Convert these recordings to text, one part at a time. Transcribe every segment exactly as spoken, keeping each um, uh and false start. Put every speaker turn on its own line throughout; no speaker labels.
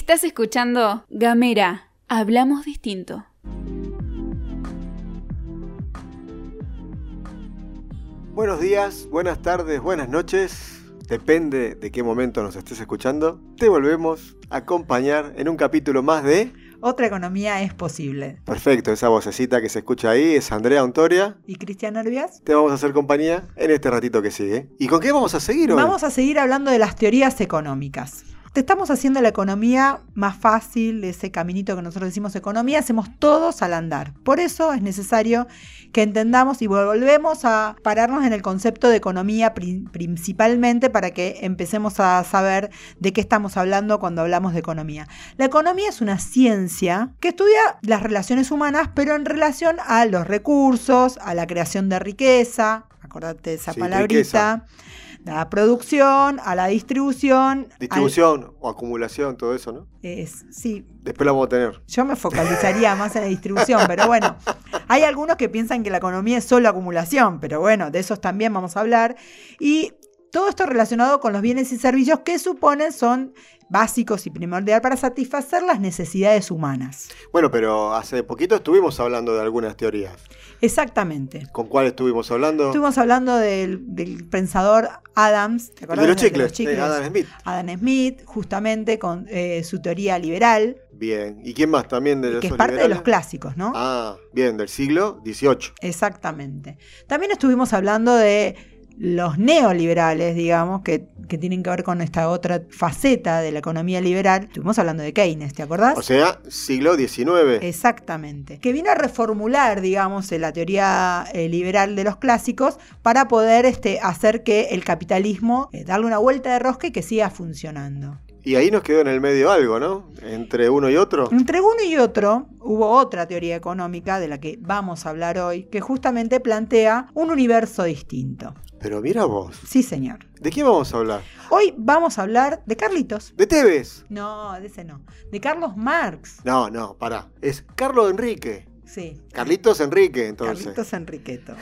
Estás escuchando Gamera, hablamos distinto.
Buenos días, buenas tardes, buenas noches. Depende de qué momento nos estés escuchando. Te volvemos a acompañar en un capítulo más de...
Otra economía es posible.
Perfecto, esa vocecita que se escucha ahí es Andrea Ontoria.
¿Y Cristian Herbias?
Te vamos a hacer compañía en este ratito que sigue. ¿Y con qué vamos a seguir hoy?
Vamos a seguir hablando de las teorías económicas. Te estamos haciendo la economía más fácil, ese caminito que nosotros decimos economía, hacemos todos al andar. Por eso es necesario que entendamos y volvemos a pararnos en el concepto de economía pri- principalmente para que empecemos a saber de qué estamos hablando cuando hablamos de economía. La economía es una ciencia que estudia las relaciones humanas, pero en relación a los recursos, a la creación de riqueza, acordate de esa
sí,
palabrita.
Riqueza.
La producción, a la distribución.
Distribución
al...
o acumulación, todo eso, ¿no?
Es, sí.
Después la vamos a tener.
Yo me focalizaría más en la distribución, pero bueno, hay algunos que piensan que la economía es solo acumulación, pero bueno, de esos también vamos a hablar. Y todo esto relacionado con los bienes y servicios que suponen son básicos y primordial para satisfacer las necesidades humanas.
Bueno, pero hace poquito estuvimos hablando de algunas teorías.
Exactamente.
¿Con cuál estuvimos hablando?
Estuvimos hablando del, del pensador Adams, ¿te acordás?
De los chicles,
de los chicles?
de Adam Smith.
Adam Smith, justamente con eh, su teoría liberal.
Bien. ¿Y quién más también de los
Que es parte
liberales?
de los clásicos, ¿no?
Ah, bien, del siglo dieciocho.
Exactamente. También estuvimos hablando de los neoliberales, digamos, que, que tienen que ver con esta otra faceta de la economía liberal. Estuvimos hablando de Keynes, ¿te acordás?
O sea, siglo diecinueve.
Exactamente. Que vino a reformular, digamos, la teoría eh, liberal de los clásicos para poder este, hacer que el capitalismo, eh, darle una vuelta de rosca y que siga funcionando.
Y ahí nos quedó en el medio algo, ¿no? Entre uno y otro.
Entre uno y otro hubo otra teoría económica de la que vamos a hablar hoy, que justamente plantea un universo distinto.
Pero mira vos.
Sí, señor.
¿De qué vamos a hablar?
Hoy vamos a hablar de Carlitos.
¿De Tevez?
No, de ese no. De Carlos Marx.
No, no, pará. Es Carlos Enrique.
Sí.
Carlitos Enrique, entonces.
Carlitos Enriqueto.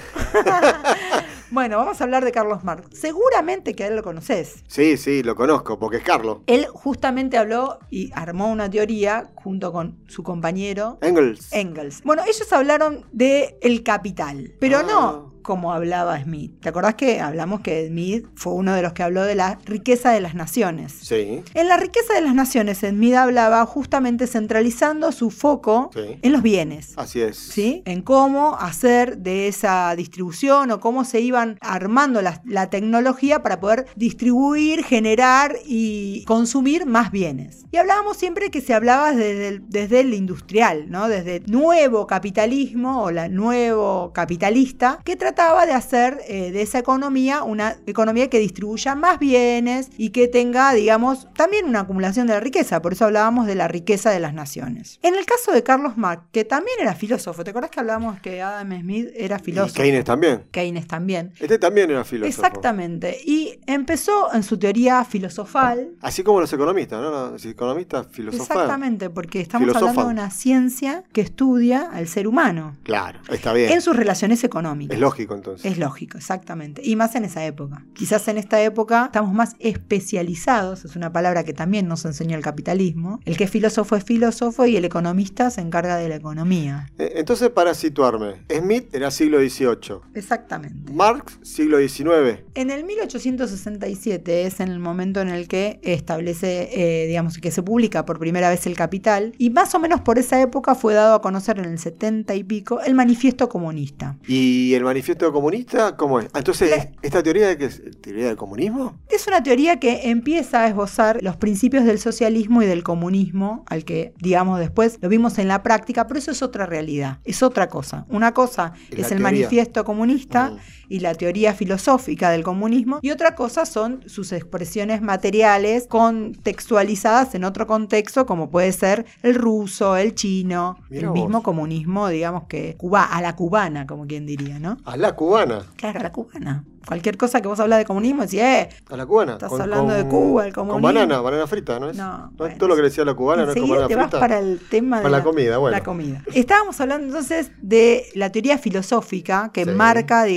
Bueno, vamos a hablar de Carlos Marx. Seguramente que a él lo conoces.
Sí, sí, lo conozco, porque es Carlos.
Él justamente habló y armó una teoría junto con su compañero
Engels.
Engels. Bueno, ellos hablaron de el capital, pero
Ah.
no como hablaba Smith. ¿Te acordás que hablamos que Smith fue uno de los que habló de la riqueza de las naciones?
Sí.
En la riqueza de las naciones, Smith hablaba justamente centralizando su foco
Sí.
en los bienes.
Así es.
¿Sí? En cómo hacer de esa distribución o cómo se iban armando la, la tecnología para poder distribuir, generar y consumir más bienes. Y hablábamos siempre que se hablaba desde el, desde el industrial, ¿no? Desde el nuevo capitalismo o la nuevo capitalista que trataba de hacer eh, de esa economía una economía que distribuya más bienes y que tenga, digamos, también una acumulación de la riqueza. Por eso hablábamos de la riqueza de las naciones. En el caso de Carlos Marx, que también era filósofo, ¿te acuerdas que hablábamos que Adam Smith era filósofo?
Y Keynes también.
Keynes también.
Este también era filósofo.
Exactamente. Y empezó en su teoría filosofal.
Así como los economistas, ¿no? Los economistas filosofan.
Exactamente, porque estamos
Filosofan.
hablando de una ciencia que estudia al ser humano.
Claro, está bien.
En sus relaciones económicas.
Es lógico, entonces.
Es lógico, exactamente. Y más en esa época. Quizás en esta época estamos más especializados, es una palabra que también nos enseñó el capitalismo. El que es filósofo es filósofo y el economista se encarga de la economía.
Entonces, para situarme, Smith era siglo dieciocho.
Exactamente.
Marx, siglo diecinueve.
En el mil ochocientos sesenta y siete es en el momento en el que establece, eh, digamos, que se publica por primera vez el Capital, y más o menos por esa época fue dado a conocer en el setenta y pico el Manifiesto Comunista.
¿Y el manifiesto comunista cómo es? Entonces,
Le-
¿esta teoría de qué es? ¿Teoría del comunismo?
Es una teoría que empieza a esbozar los principios del socialismo y del comunismo, al que, digamos, después lo vimos en la práctica, pero eso es otra realidad, es otra cosa. Una cosa
Es
es
la
el
teoría.
Manifiesto Comunista
Mm.
y la teoría filosófica del comunismo, y otra cosa son sus expresiones materiales contextualizadas en otro contexto, como puede ser el ruso, el chino,
Mirá
el
vos.
mismo comunismo, digamos que Cuba, a la cubana, como quien diría, ¿no?
A la cubana.
Claro, a la cubana. Cualquier cosa que vos hablas de comunismo, decís, eh,
A la cubana.
Estás hablando de Cuba, el comunismo.
Con banana, banana frita, ¿no es?
No,
¿No es
bueno,
todo lo que decía la cubana, no es con
enseguida
banana
te vas
frita?
para el tema de
Para la comida, bueno.
la comida. Estábamos hablando entonces de la teoría filosófica que
Sí.
marca, digamos,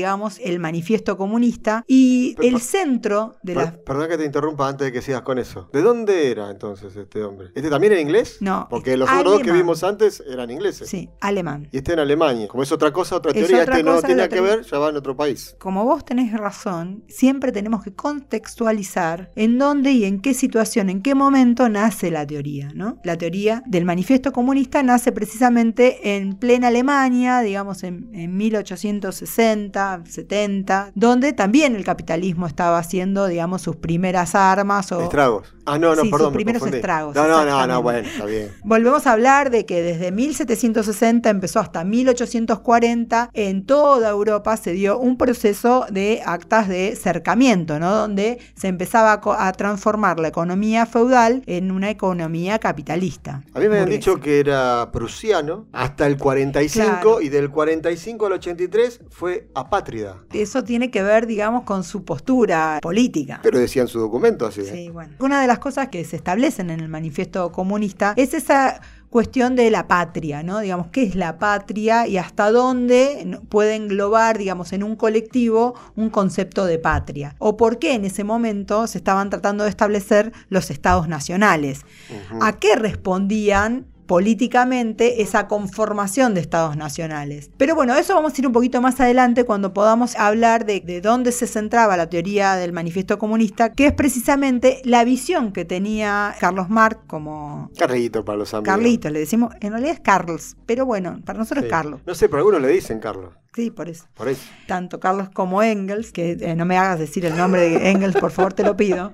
el Manifiesto Comunista y
Pero,
el centro de
per,
la...
Perdón que te interrumpa antes de que sigas con eso. ¿De dónde era entonces este hombre? ¿Este también era inglés?
No.
Porque los otros dos que vimos antes eran ingleses.
Sí, alemán.
Y este en Alemania. Como es otra cosa, otra
Es
teoría,
otra
este no
cosa,
tiene
la
nada que
teoría-
ver, ya va en otro país.
Como vos tenés razón, siempre tenemos que contextualizar en dónde y en qué situación, en qué momento nace la teoría, ¿no? La teoría del Manifiesto Comunista nace precisamente en plena Alemania, digamos en, en mil ochocientos sesenta, setenta, donde también el capitalismo estaba haciendo, digamos, sus primeras armas o...
Estragos. Ah, no, no,
Sí,
perdón.
sus
me
primeros
confundí.
estragos,
No, no, no,
exactamente.
no, bueno, está bien.
Volvemos a hablar de que desde mil setecientos sesenta empezó hasta mil ochocientos cuarenta, en toda Europa se dio un proceso de actas de cercamiento, ¿no? Donde se empezaba a, co- a transformar la economía feudal en una economía capitalista.
A mí me habían
burguesa.
dicho que era prusiano hasta el cuarenta y cinco
Claro.
y del cuarenta y cinco al ochenta y tres fue apátrida.
Eso tiene que ver, digamos, con su postura política.
Pero decía en su documento así. ¿eh?
Sí, bueno. Una de las cosas que se establecen en el Manifiesto Comunista es esa cuestión de la patria, ¿no? Digamos, ¿qué es la patria y hasta dónde puede englobar, digamos, en un colectivo un concepto de patria? O por qué en ese momento se estaban tratando de establecer los estados nacionales.
Ujú.
¿A qué respondían políticamente esa conformación de estados nacionales? Pero bueno, eso vamos a ir un poquito más adelante cuando podamos hablar de, de dónde se centraba la teoría del Manifiesto Comunista, que es precisamente la visión que tenía Carlos Marx como...
Carlito para los amigos.
Carlito, le decimos, en realidad es Carlos, pero bueno, para nosotros
Sí.
es Carlos.
No sé, pero algunos le dicen Carlos.
Sí, por eso.
Por eso.
Tanto Carlos como Engels, que eh, no me hagas decir el nombre de Engels, por favor, te lo pido.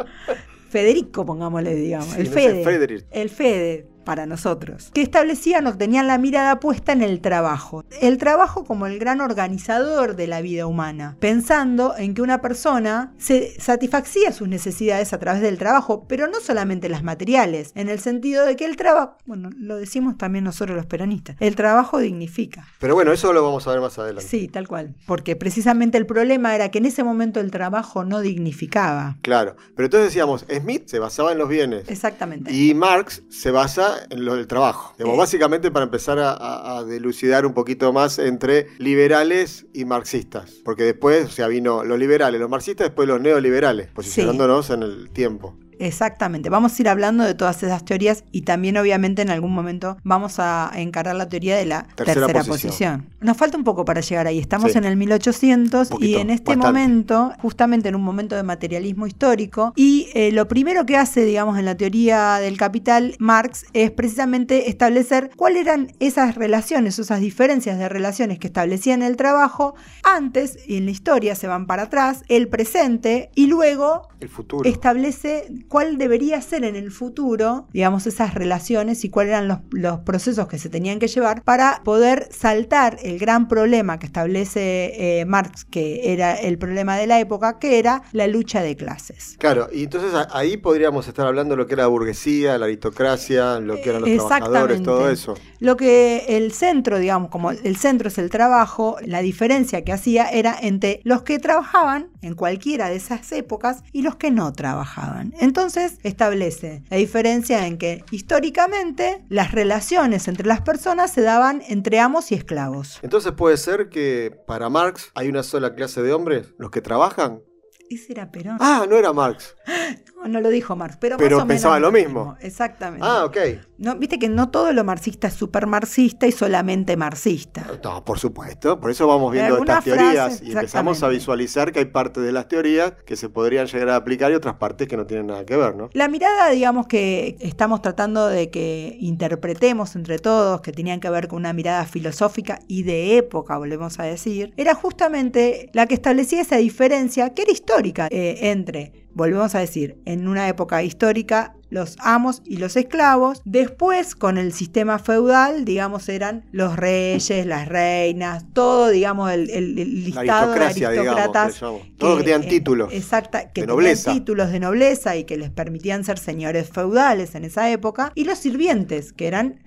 Federico, pongámosle, digamos,
Sí,
el
no sé,
Fede.
Friedrich.
El Fede. Para nosotros, que establecían o tenían la mirada puesta en el trabajo. El trabajo como el gran organizador de la vida humana, pensando en que una persona se satisfacía sus necesidades a través del trabajo, pero no solamente las materiales, en el sentido de que el trabajo, bueno, lo decimos también nosotros los peronistas, el trabajo dignifica.
Pero bueno, eso lo vamos a ver más adelante.
Sí, tal cual, porque precisamente el problema era que en ese momento el trabajo no dignificaba.
Claro. Pero entonces decíamos, Smith se basaba en los bienes.
Exactamente.
Y Marx se basa en lo del trabajo. Digamos,
Eh.
básicamente para empezar a, a- a delucidar un poquito más entre liberales y marxistas. Porque después, o sea, vino los liberales, los marxistas, después los neoliberales, posicionándonos en el tiempo.
Exactamente, vamos a ir hablando de todas esas teorías y también obviamente en algún momento vamos a encarar la teoría de la
Tercera
tercera,
posición.
posición. Nos falta un poco para llegar ahí, estamos
Sí.
en el mil ochocientos
Un
y
poquito,
en este
bastante.
momento, justamente en un momento de materialismo histórico, y eh, lo primero que hace, digamos, en la teoría del capital, Marx, es precisamente establecer cuáles eran esas relaciones, esas diferencias de relaciones que establecían el trabajo antes, y en la historia se van para atrás, el presente, y luego
El futuro.
establece cuál debería ser en el futuro, digamos, esas relaciones y cuáles eran los, los procesos que se tenían que llevar para poder saltar el gran problema que establece eh, Marx, que era el problema de la época, que era la lucha de clases.
Claro, y entonces a- ahí podríamos estar hablando de lo que era la burguesía, la aristocracia, lo que eran los trabajadores,
Exactamente.
todo eso.
Lo que el centro, digamos, como el centro es el trabajo, la diferencia que hacía era entre los que trabajaban en cualquiera de esas épocas y los que no trabajaban. Entonces establece la diferencia en que históricamente las relaciones entre las personas se daban entre amos y esclavos.
Entonces puede ser que para Marx hay una sola clase de hombres, los que trabajan.
Ese era Perón.
Ah, no era Marx.
No, no lo dijo Marx, pero,
Pero
más o
pensaba
menos
lo mismo.
Exactamente.
Ah, ok.
No, viste que no todo lo marxista es súper marxista y solamente marxista.
No, por supuesto. Por eso vamos viendo
Algunas
estas teorías
frases,
y empezamos a
exactamente.
visualizar que hay partes de las teorías que se podrían llegar a aplicar y otras partes que no tienen nada que ver, ¿no?
La mirada, digamos, que estamos tratando de que interpretemos entre todos, que tenían que ver con una mirada filosófica y de época, volvemos a decir, era justamente la que establecía esa diferencia que era histórica eh, entre, volvemos a decir, en una época histórica, los amos y los esclavos. Después, con el sistema feudal, digamos, eran los reyes, las reinas, todo, digamos, el, el- el
La
listado de
aristocracia, digamos,
aristócratas.
que le llamamos. Todos los que tenían
eh,
títulos
Exacta, que
de
tenían
nobleza.
títulos de nobleza y que les permitían ser señores feudales en esa época. Y los sirvientes, que eran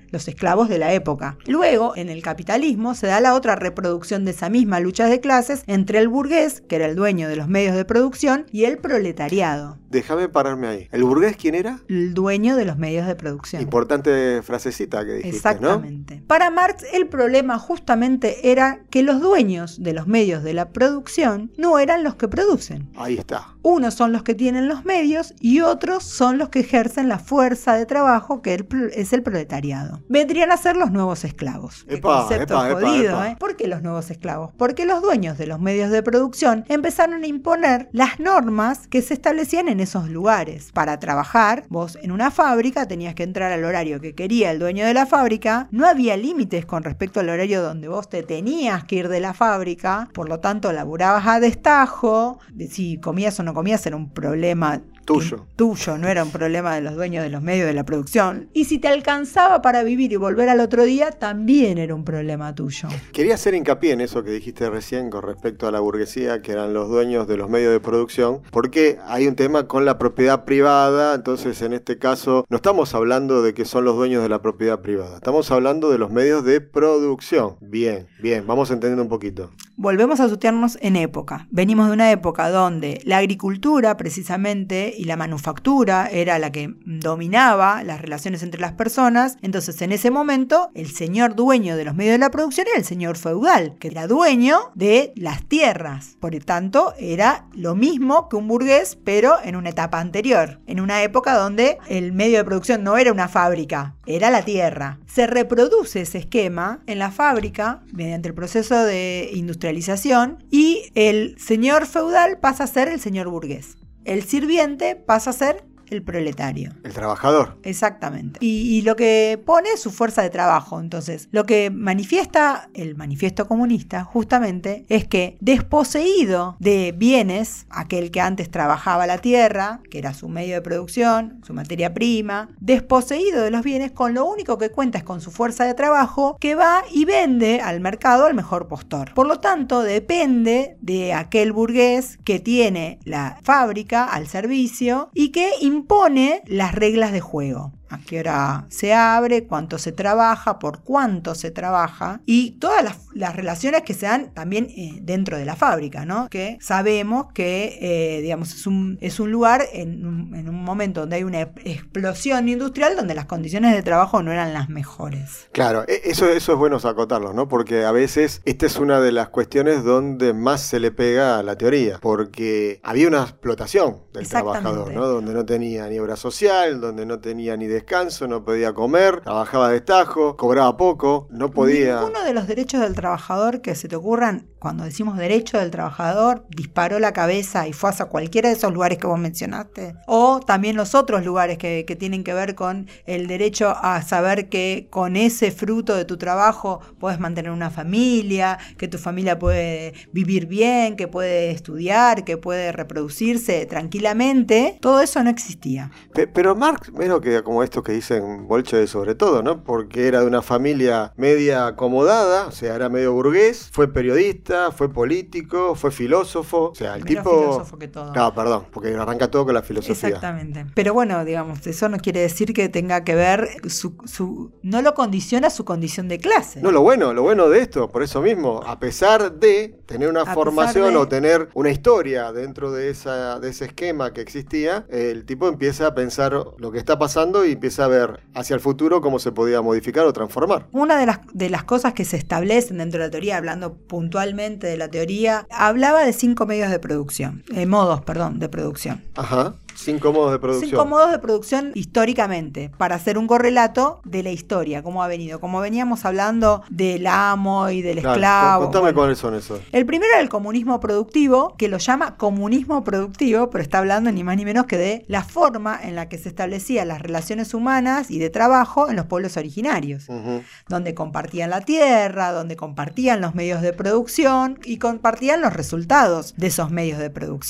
los esclavos de la época. Luego, en el capitalismo, se da la otra reproducción de esa misma lucha de clases entre el burgués, que era el dueño de los medios de producción, y el proletariado.
Déjame pararme ahí. ¿El burgués quién era?
El dueño de los medios de producción.
Importante frasecita que dijiste,
exactamente,
¿no?
Para Marx, el problema justamente era que los dueños de los medios de la producción no eran los que producen.
Ahí está.
Unos son los que tienen los medios y otros son los que ejercen la fuerza de trabajo, que es el proletariado. Vendrían a ser los nuevos esclavos. Qué
epa,
concepto
epa,
jodido,
epa, epa.
¿eh? ¿Por qué los nuevos esclavos? Porque los dueños de los medios de producción empezaron a imponer las normas que se establecían en esos lugares. Para trabajar, vos en una fábrica tenías que entrar al horario que quería el dueño de la fábrica. No había límites con respecto al horario donde vos te tenías que ir de la fábrica. Por lo tanto, laburabas a destajo. Si comías o no comías era un problema
tuyo.
Tuyo, no era un problema de los dueños de los medios de la producción. Y si te alcanzaba para vivir y volver al otro día, también era un problema tuyo.
Quería hacer hincapié en eso que dijiste recién con respecto a la burguesía, que eran los dueños de los medios de producción, porque hay un tema con la propiedad privada. Entonces, en este caso, no estamos hablando de que son los dueños de la propiedad privada, estamos hablando de los medios de producción. Bien, bien, vamos entendiendo un poquito.
Volvemos a situarnos en época. Venimos de una época donde la agricultura, precisamente, y la manufactura era la que dominaba las relaciones entre las personas. Entonces, en ese momento, el señor dueño de los medios de la producción era el señor feudal, que era dueño de las tierras. Por lo tanto, era lo mismo que un burgués, pero en una etapa anterior. En una época donde el medio de producción no era una fábrica, era la tierra. Se reproduce ese esquema en la fábrica mediante el proceso de industrialización y el señor feudal pasa a ser el señor burgués. El sirviente pasa a ser el proletario.
El trabajador.
Exactamente. Y, y lo que pone es su fuerza de trabajo. Entonces, lo que manifiesta el manifiesto comunista justamente es que desposeído de bienes, aquel que antes trabajaba la tierra, que era su medio de producción, su materia prima, desposeído de los bienes, con lo único que cuenta es con su fuerza de trabajo, que va y vende al mercado al mejor postor. Por lo tanto, depende de aquel burgués que tiene la fábrica al servicio y que impone las reglas de juego. A qué hora se abre, cuánto se trabaja, por cuánto se trabaja y todas las, las relaciones que se dan también eh, dentro de la fábrica, ¿no? Que sabemos que, eh, digamos, es un, es un lugar en un, en un momento donde hay una explosión industrial donde las condiciones de trabajo no eran las mejores.
Claro, eso, eso es bueno acotarlo, ¿no? Porque a veces esta es una de las cuestiones donde más se le pega a la teoría, porque había una explotación del trabajador, ¿no? Donde no tenía ni obra social, donde no tenía ni descanso, no podía comer, trabajaba de destajo, cobraba poco, no podía...
Ninguno de los derechos del trabajador que se te ocurran, cuando decimos derecho del trabajador, disparó la cabeza y fue hacia cualquiera de esos lugares que vos mencionaste. O también los otros lugares que, que tienen que ver con el derecho a saber que con ese fruto de tu trabajo puedes mantener una familia, que tu familia puede vivir bien, que puede estudiar, que puede reproducirse tranquilamente. Todo eso no existía.
Pe- pero Marx, menos que como estos que dicen Bolche sobre todo, ¿no? Porque era de una familia media acomodada, o sea, era medio burgués, fue periodista, fue político, fue filósofo, o sea, el
Menos
tipo...
filósofo que todo.
Claro, perdón, porque arranca todo con la filosofía.
Exactamente. Pero bueno, digamos, eso no quiere decir que tenga que ver, su, su, no lo condiciona su condición de clase.
No, lo bueno, lo bueno de esto, por eso mismo, a pesar de tener una
A
formación
de...
o tener una historia dentro de, esa, de ese esquema que existía, el tipo empieza a pensar lo que está pasando y empieza a ver hacia el futuro cómo se podía modificar o transformar.
Una de las, de las cosas que se establecen dentro de la teoría, hablando puntualmente de la teoría, hablaba de cinco medios de producción, eh, modos, perdón, de producción.
Ajá. Cinco modos de producción.
Cinco modos de producción históricamente, para hacer un correlato de la historia, cómo ha venido. Como veníamos hablando del amo y del
Claro,
esclavo.
Contame
bueno.
cuáles son esos.
El primero era el comunismo productivo, que lo llama comunismo productivo, pero está hablando ni más ni menos que de la forma en la que se establecían las relaciones humanas y de trabajo en los pueblos originarios,
Uh-huh.
donde compartían la tierra, donde compartían los medios de producción y compartían los resultados de esos medios de producción.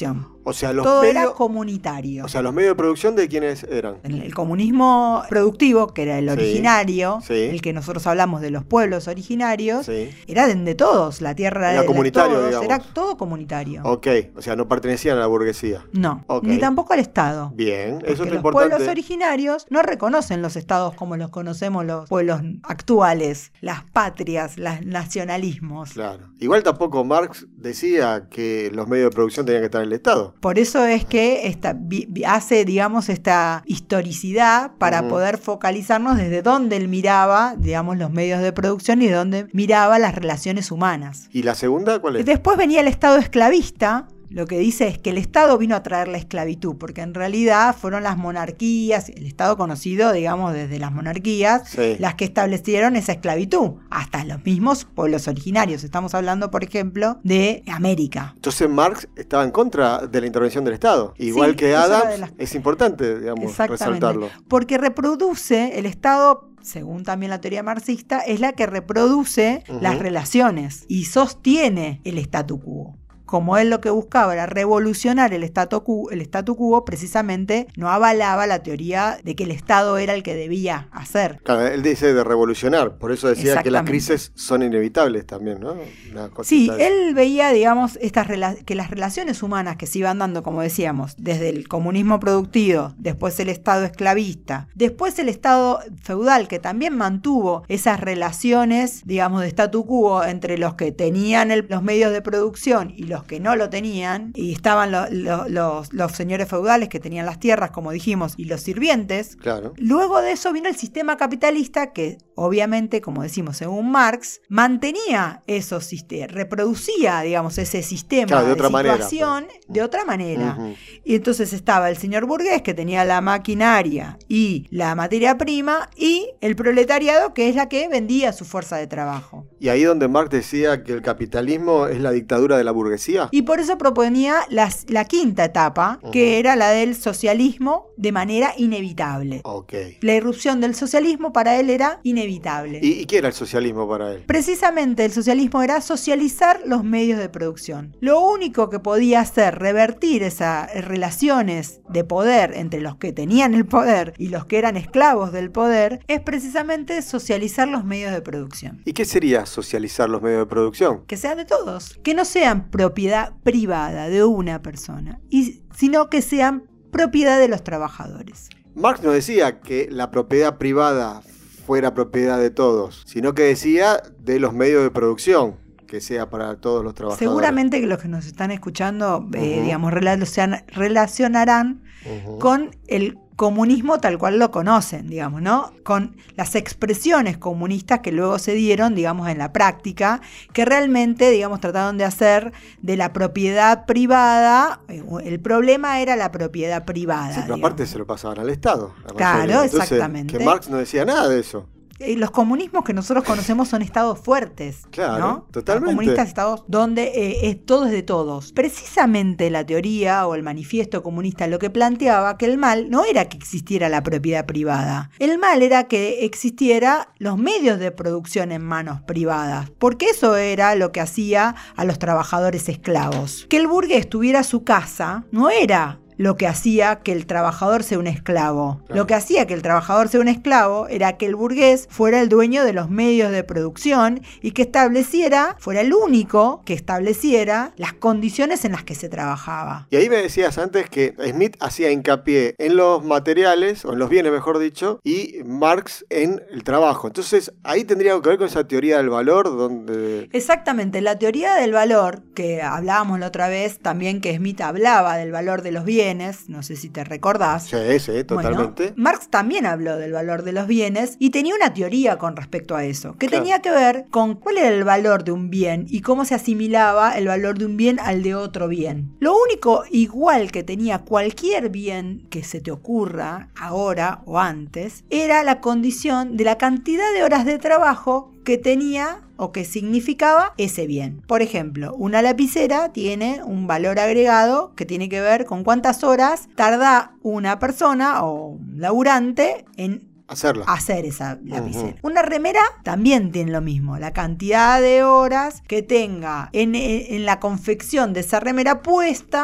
O sea, los
Todo
medios,
era comunitario.
O sea, los medios de producción, ¿de quiénes eran?
El, el comunismo productivo, que era el
Sí,
originario,
sí.
el que nosotros hablamos de los pueblos originarios,
Sí.
era de, de todos, la tierra
Era
era de,
comunitario,
todos,
digamos.
era todo comunitario.
Ok, o sea, no pertenecían a la burguesía.
No,
Ok.
ni tampoco al Estado.
Bien,
Porque
eso es
los
importante.
pueblos originarios no reconocen los estados como los conocemos los pueblos actuales, las patrias, los nacionalismos.
Claro. Igual tampoco Marx decía que los medios de producción tenían que estar en el Estado.
Por eso es que esta, vi, vi, hace, digamos, esta historicidad para
Ujú.
poder focalizarnos desde dónde él miraba, digamos, los medios de producción y de dónde miraba las relaciones humanas.
¿Y la segunda cuál es?
Después venía el Estado esclavista. Lo que dice es que el Estado vino a traer la esclavitud, porque en realidad fueron las monarquías, el Estado conocido, digamos, desde las monarquías,
Sí.
las que establecieron esa esclavitud, hasta los mismos pueblos originarios. Estamos hablando, por ejemplo, de América.
Entonces Marx estaba en contra de la intervención del Estado. Igual
Sí,
que
eso era
Adams,
de las-
es importante, digamos,
Exactamente.
resaltarlo.
Porque reproduce el Estado, según también la teoría marxista, es la que reproduce
Ujú.
las relaciones y sostiene el statu quo. Como él lo que buscaba era revolucionar el statu quo, el statu quo precisamente no avalaba la teoría de que el Estado era el que debía hacer.
Claro, él dice de revolucionar, por eso decía que las
Exactamente.
crisis son inevitables también, ¿no? Una
Sí,
cosita de-
él veía, digamos, estas rela- que las relaciones humanas que se iban dando, como decíamos, desde el comunismo productivo, después el Estado esclavista, después el Estado feudal, que también mantuvo esas relaciones, digamos, de statu quo entre los que tenían el- los medios de producción y los que no lo tenían, y estaban lo- lo- los, los señores feudales que tenían las tierras, como dijimos, y los sirvientes.
Claro.
Luego de eso vino el sistema capitalista que, obviamente, como decimos según Marx, mantenía esos sistemas, reproducía, digamos, ese sistema
Claro, de
de,
otra manera,
situación
pues.
de otra manera.
Ujú.
Y entonces estaba el señor burgués que tenía la maquinaria y la materia prima y el proletariado que es la que vendía su fuerza de trabajo.
Y ahí donde Marx decía que el capitalismo es la dictadura de la burguesía.
Y por eso proponía las- la quinta etapa,
Ujú.
que era la del socialismo de manera inevitable.
Ok.
La irrupción del socialismo para él era inevitable.
¿Y, ¿Y qué era el socialismo para él?
Precisamente el socialismo era socializar los medios de producción. Lo único que podía hacer revertir esas relaciones de poder entre los que tenían el poder y los que eran esclavos del poder es precisamente socializar los medios de producción.
¿Y qué sería socializar los medios de producción?
Que sean de todos, que no sean propiedad privada de una persona, y, sino que sean propiedad de los trabajadores.
Marx no decía que la propiedad privada fuera propiedad de todos, sino que decía de los medios de producción, que sea para todos los trabajadores.
Seguramente que los que nos están escuchando, eh,
Ujú.
digamos, relacion- relacionarán
Ujú.
con el comunismo tal cual lo conocen, digamos, ¿no? Con las expresiones comunistas que luego se dieron, digamos, en la práctica, que realmente, digamos, trataron de hacer de la propiedad privada, eh, el problema era la propiedad privada.
Sí, pero
digamos.
aparte se lo pasaban al Estado. la
Claro,
mayoría. Entonces,
exactamente.
Que Marx no decía nada de eso.
Eh, Los comunismos que nosotros conocemos son estados fuertes,
Claro,
¿no?
totalmente.
Los comunistas, estados donde eh, es todo es de todos. Precisamente la teoría o el manifiesto comunista lo que planteaba que el mal no era que existiera la propiedad privada. El mal era que existiera los medios de producción en manos privadas, porque eso era lo que hacía a los trabajadores esclavos. Que el burgués tuviera su casa no era lo que hacía que el trabajador sea un esclavo.
Claro.
Lo que hacía que el trabajador sea un esclavo era que el burgués fuera el dueño de los medios de producción y que estableciera, fuera el único que estableciera las condiciones en las que se trabajaba.
Y ahí me decías antes que Smith hacía hincapié en los materiales, o en los bienes mejor dicho, y Marx en el trabajo. Entonces ahí tendría algo que ver con esa teoría del valor, donde...
Exactamente, la teoría del valor, que hablábamos la otra vez también que Smith hablaba del valor de los bienes, no sé si te recordás.
Sí, sí, totalmente.
Bueno, Marx también habló del valor de los bienes y tenía una teoría con respecto a eso, que
Claro.
tenía que ver con cuál era el valor de un bien y cómo se asimilaba el valor de un bien al de otro bien. Lo único igual que tenía cualquier bien que se te ocurra ahora o antes era la condición de la cantidad de horas de trabajo que tenía o que significaba ese bien. Por ejemplo, una lapicera tiene un valor agregado que tiene que ver con cuántas horas tarda una persona o un laburante en
Hacerla.
hacer esa lapicera.
Ujú.
Una remera también tiene lo mismo, la cantidad de horas que tenga en, en la confección de esa remera puesta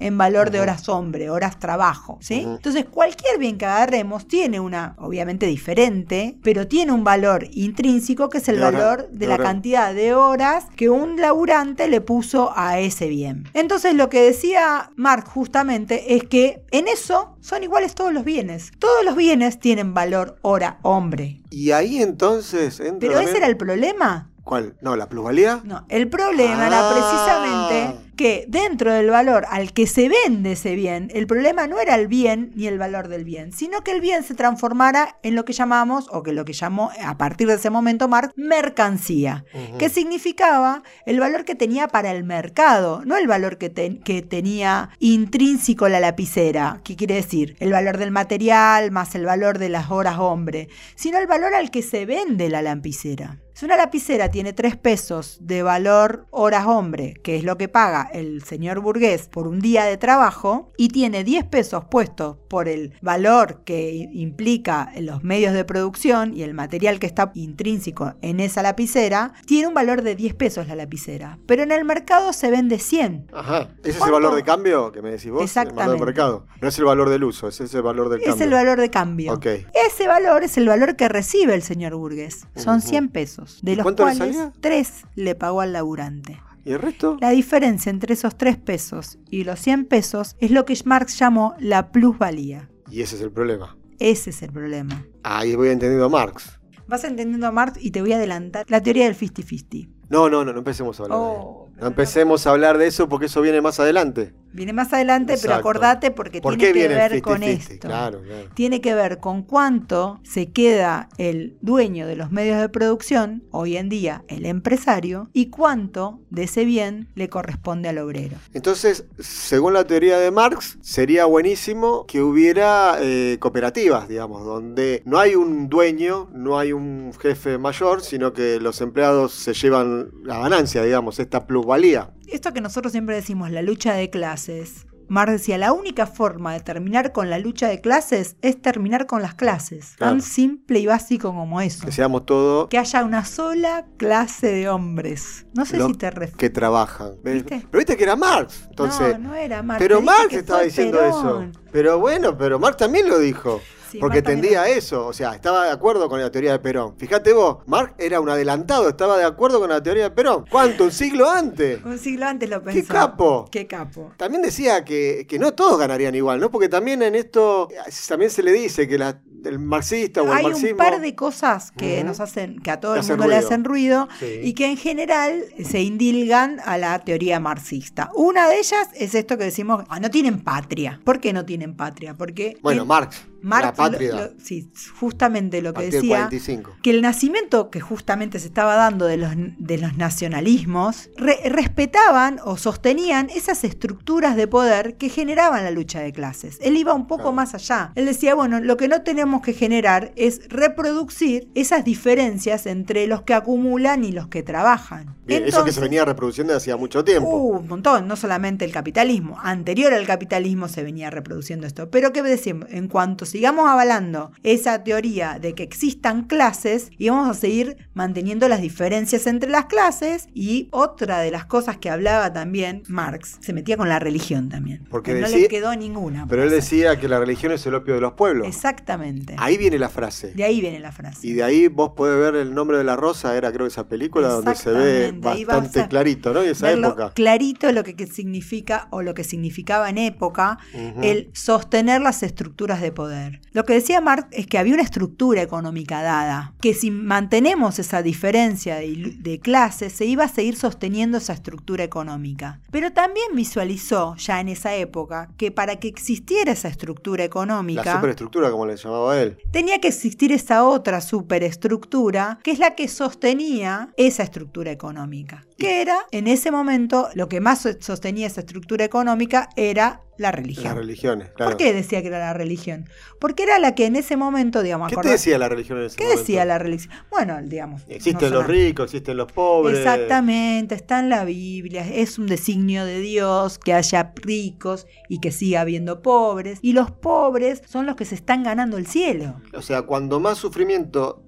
en valor
uh-huh.
de horas hombre, horas trabajo, ¿sí?
Uh-huh.
Entonces, cualquier bien que agarremos tiene una, obviamente diferente, pero tiene un valor intrínseco que es el
de hora,
valor de,
de
la
hora.
cantidad de horas que un laburante le puso a ese bien. Entonces, lo que decía Marx justamente es que en eso son iguales todos los bienes. Todos los bienes tienen valor hora hombre.
Y ahí entonces entra
Pero
también...
ese era el problema.
¿Cuál? No, ¿la plusvalía?
No, el problema
Ah.
era precisamente que dentro del valor al que se vende ese bien, el problema no era el bien ni el valor del bien, sino que el bien se transformara en lo que llamamos, o que lo que llamó a partir de ese momento Marx, mercancía,
Uh-huh.
que significaba el valor que tenía para el mercado, no el valor que, te- que tenía intrínseco la lapicera, que quiere decir el valor del material más el valor de las horas hombre, sino el valor al que se vende la lapicera. Si una lapicera tiene tres pesos de valor horas hombre, que es lo que paga el señor burgués por un día de trabajo, y tiene diez pesos puestos por el valor que implica los medios de producción y el material que está intrínseco en esa lapicera, tiene un valor de diez pesos la lapicera. Pero en el mercado se vende cien.
Ajá. ¿Ese es el
¿Cuánto?
valor de cambio que me decís vos?
Exactamente.
El valor de mercado. No es el valor del uso, ese es el valor del
Es
cambio.
el valor de cambio.
Ok.
Ese valor es el valor que recibe el señor burgués. Son
Ujú.
cien pesos, de
¿Y
los
cuánto le
cuales
salía?
tres le pagó al laburante.
¿Y el resto?
La diferencia entre esos tres pesos y los cien pesos es lo que Marx llamó la plusvalía.
Y ese es el problema.
Ese es el problema.
Ahí voy entendiendo a Marx.
Vas entendiendo a Marx y te voy a adelantar la teoría del cincuenta cincuenta.
No, no, no, no empecemos a hablar
Oh,
de eso. No empecemos a hablar de eso porque eso viene más adelante.
Viene más adelante, pero
Exacto.
acordate porque
¿Por
tiene
qué
que
viene el
ver con
cincuenta cincuenta?
esto.
Claro, claro.
Tiene que ver con cuánto se queda el dueño de los medios de producción, hoy en día el empresario, y cuánto de ese bien le corresponde al obrero.
Entonces, según la teoría de Marx, sería buenísimo que hubiera eh, cooperativas, digamos, donde no hay un dueño, no hay un jefe mayor, sino que los empleados se llevan la ganancia, digamos, esta plusvalía.
Esto que nosotros siempre decimos, la lucha de clases. Marx decía, la única forma de terminar con la lucha de clases es terminar con las clases.
Claro.
Tan simple y básico como eso.
Que seamos todos
Que haya una sola clase de hombres. No sé
los
si te refieres.
que trabajan.
¿Viste?
Pero viste que era Marx. Entonces,
no, no era Marx.
pero
te dije
Marx
que
estaba
fue
diciendo
Perón.
eso. Pero bueno, pero Marx también lo dijo.
Sí,
porque
Marx también
tendía
lo-
eso, o sea, estaba de acuerdo con la teoría de Perón. Fíjate vos, Marx era un adelantado, estaba de acuerdo con la teoría de Perón. ¿Cuánto? ¿Un siglo antes?
Un siglo antes lo pensó.
¡Qué capo!
¡Qué capo!
También decía que, que no todos ganarían igual, ¿no? Porque también en esto, también se le dice que la, el marxista o el
Hay
marxismo...
un par de cosas que
Ujú.
nos hacen, que a todo
Le
el
hacen
mundo le
ruido.
hacen ruido
Sí.
y que en general se indilgan a la teoría marxista. Una de ellas es esto que decimos, ah, no tienen patria. ¿Por qué no tienen patria? Porque
Bueno,
el-
Marx,
Marx
la patria,
lo- lo- sí, justamente lo
a
que
partir del
decía,
cuarenta y cinco.
que el nacimiento que justamente se estaba dando de los, de los nacionalismos re- respetaban o sostenían esas estructuras de poder que generaban la lucha de clases. Él iba un poco
Claro.
más allá. Él decía, bueno, lo que no tenemos que generar es reproducir esas diferencias entre los que acumulan y los que trabajan.
Bien, eso que
Entonces,
se venía reproduciendo hacía mucho tiempo.
Uh, un montón, no solamente el capitalismo. Anterior al capitalismo se venía reproduciendo esto. Pero ¿qué decimos? En cuanto sigamos avalando esa teoría de que existan clases, íbamos a seguir manteniendo las diferencias entre las clases. Y otra de las cosas que hablaba también Marx, se metía con la religión también.
Porque
no
decía-
le quedó ninguna.
Pero él
por hacer.
decía que la religión es el opio de los pueblos.
Exactamente.
Ahí viene la frase.
De ahí viene la frase.
Y de ahí vos podés ver El nombre de la rosa, era creo que esa película donde se ve
Exactamente, ahí vas
bastante
a
clarito, ¿no? Y esa
verlo
época.
clarito lo que, que significa o lo que significaba en época
Ujú.
el sostener las estructuras de poder. Lo que decía Marx es que había una estructura económica dada, que si mantenemos esa diferencia de, de clases, se iba a seguir sosteniendo esa estructura económica. Pero también visualizó ya en esa época que para que existiera esa estructura
La
económica,
superestructura, como le llamaba él.
tenía que existir esa otra superestructura que es la que sostenía esa estructura económica. Que era, en ese momento, lo que más sostenía esa estructura económica era la religión.
Las religiones, claro.
¿Por qué decía que era la religión? Porque era la que en ese momento, digamos,
¿Qué te
acordá-
decía la religión en ese
¿Qué
momento?
decía la religión? Bueno, digamos.
Existen
no
los
solamente-
ricos, existen los pobres.
Exactamente, está en la Biblia, es un designio de Dios que haya ricos y que siga habiendo pobres, y los pobres son los que se están ganando el cielo.
O sea, cuando más sufrimiento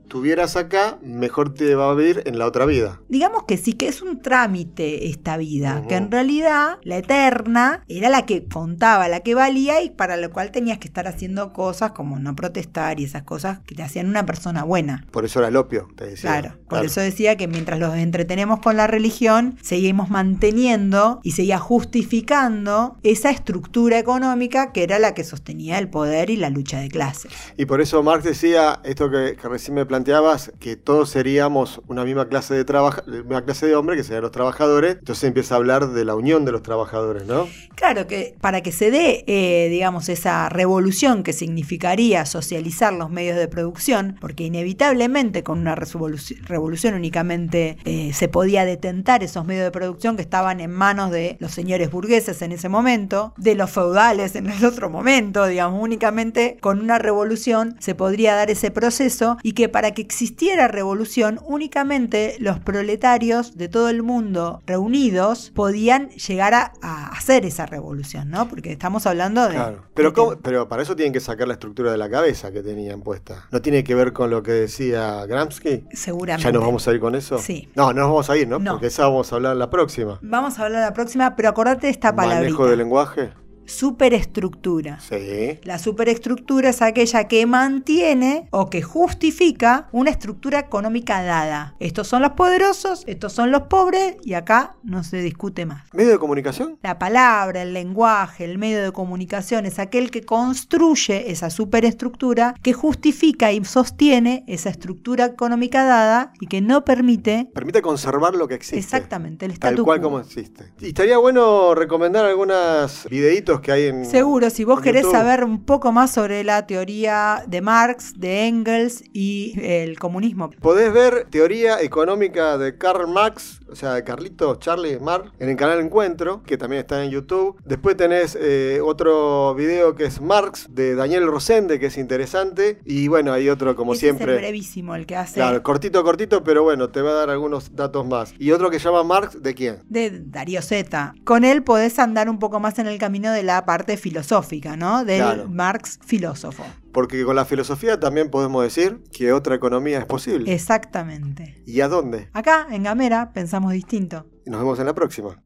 tuvieras acá, mejor te va a vivir en la otra vida.
Digamos que sí, que es un trámite esta vida,
Uh-huh.
que en realidad la eterna era la que contaba, la que valía y para lo cual tenías que estar haciendo cosas como no protestar y esas cosas que te hacían una persona buena.
Por eso era el opio, te decía.
Claro, por
Claro.
eso decía que mientras los entretenemos con la religión, seguimos manteniendo y seguía justificando esa estructura económica que era la que sostenía el poder y la lucha de clases.
Y por eso Marx decía, esto que, que recién me planteabas, que todos seríamos una misma clase de trabaja, una clase de hombre, que serían los trabajadores. Entonces empieza a hablar de la unión de los trabajadores, ¿no?
Claro que para que se dé, eh, digamos, esa revolución que significaría socializar los medios de producción, porque inevitablemente con una revolución, revolución únicamente eh, se podía detentar esos medios de producción que estaban en manos de los señores burgueses en ese momento, de los feudales en el otro momento, digamos, únicamente con una revolución se podría dar ese proceso y que para que existiera revolución únicamente los proletarios de todo el mundo reunidos podían llegar a, a hacer esa revolución, ¿no? Porque estamos hablando de...
Claro. Pero,
de-
¿cómo? Pero para eso tienen que sacar la estructura de la cabeza que tenían puesta. ¿No tiene que ver con lo que decía Gramsci?
Seguramente.
¿Ya nos vamos a ir con eso?
Sí.
No, no nos vamos a ir, ¿no?
No.
Porque esa vamos a hablar la próxima.
Vamos a hablar la próxima, pero acordate de esta palabrita.
Manejo del lenguaje.
Superestructura.
Sí.
La superestructura es aquella que mantiene o que justifica una estructura económica dada. Estos son los poderosos, estos son los pobres y acá no se discute más.
¿Medio de comunicación?
La palabra, el lenguaje, el medio de comunicación es aquel que construye esa superestructura, que justifica y sostiene esa estructura económica dada y que no permite
Permite conservar lo que existe.
exactamente el
Tal
statu
cual
quo.
como existe. Y estaría bueno recomendar algunos videitos que hay en
Seguro, si vos
en
querés
YouTube.
saber un poco más sobre la teoría de Marx, de Engels y el comunismo.
Podés ver Teoría Económica de Karl Marx, o sea, de Carlitos, Charlie Marx, en el canal Encuentro, que también está en YouTube. Después tenés eh, otro video que es Marx, de Daniel Rosende, que es interesante. Y bueno, hay otro como
Ese
siempre.
es el brevísimo, el que hace
Claro, cortito, cortito, pero bueno, te va a dar algunos datos más. Y otro que se llama Marx, ¿de quién?
de Darío Zeta. Con él podés andar un poco más en el camino de la parte filosófica, ¿no? Del
Claro.
Marx filósofo.
Porque con la filosofía también podemos decir que otra economía es posible.
Exactamente.
¿Y a dónde?
Acá, en Gamera, pensamos distinto.
Y nos vemos en la próxima.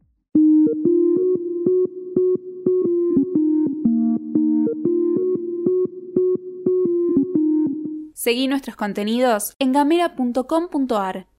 Seguí nuestros contenidos en gamera punto com punto ar.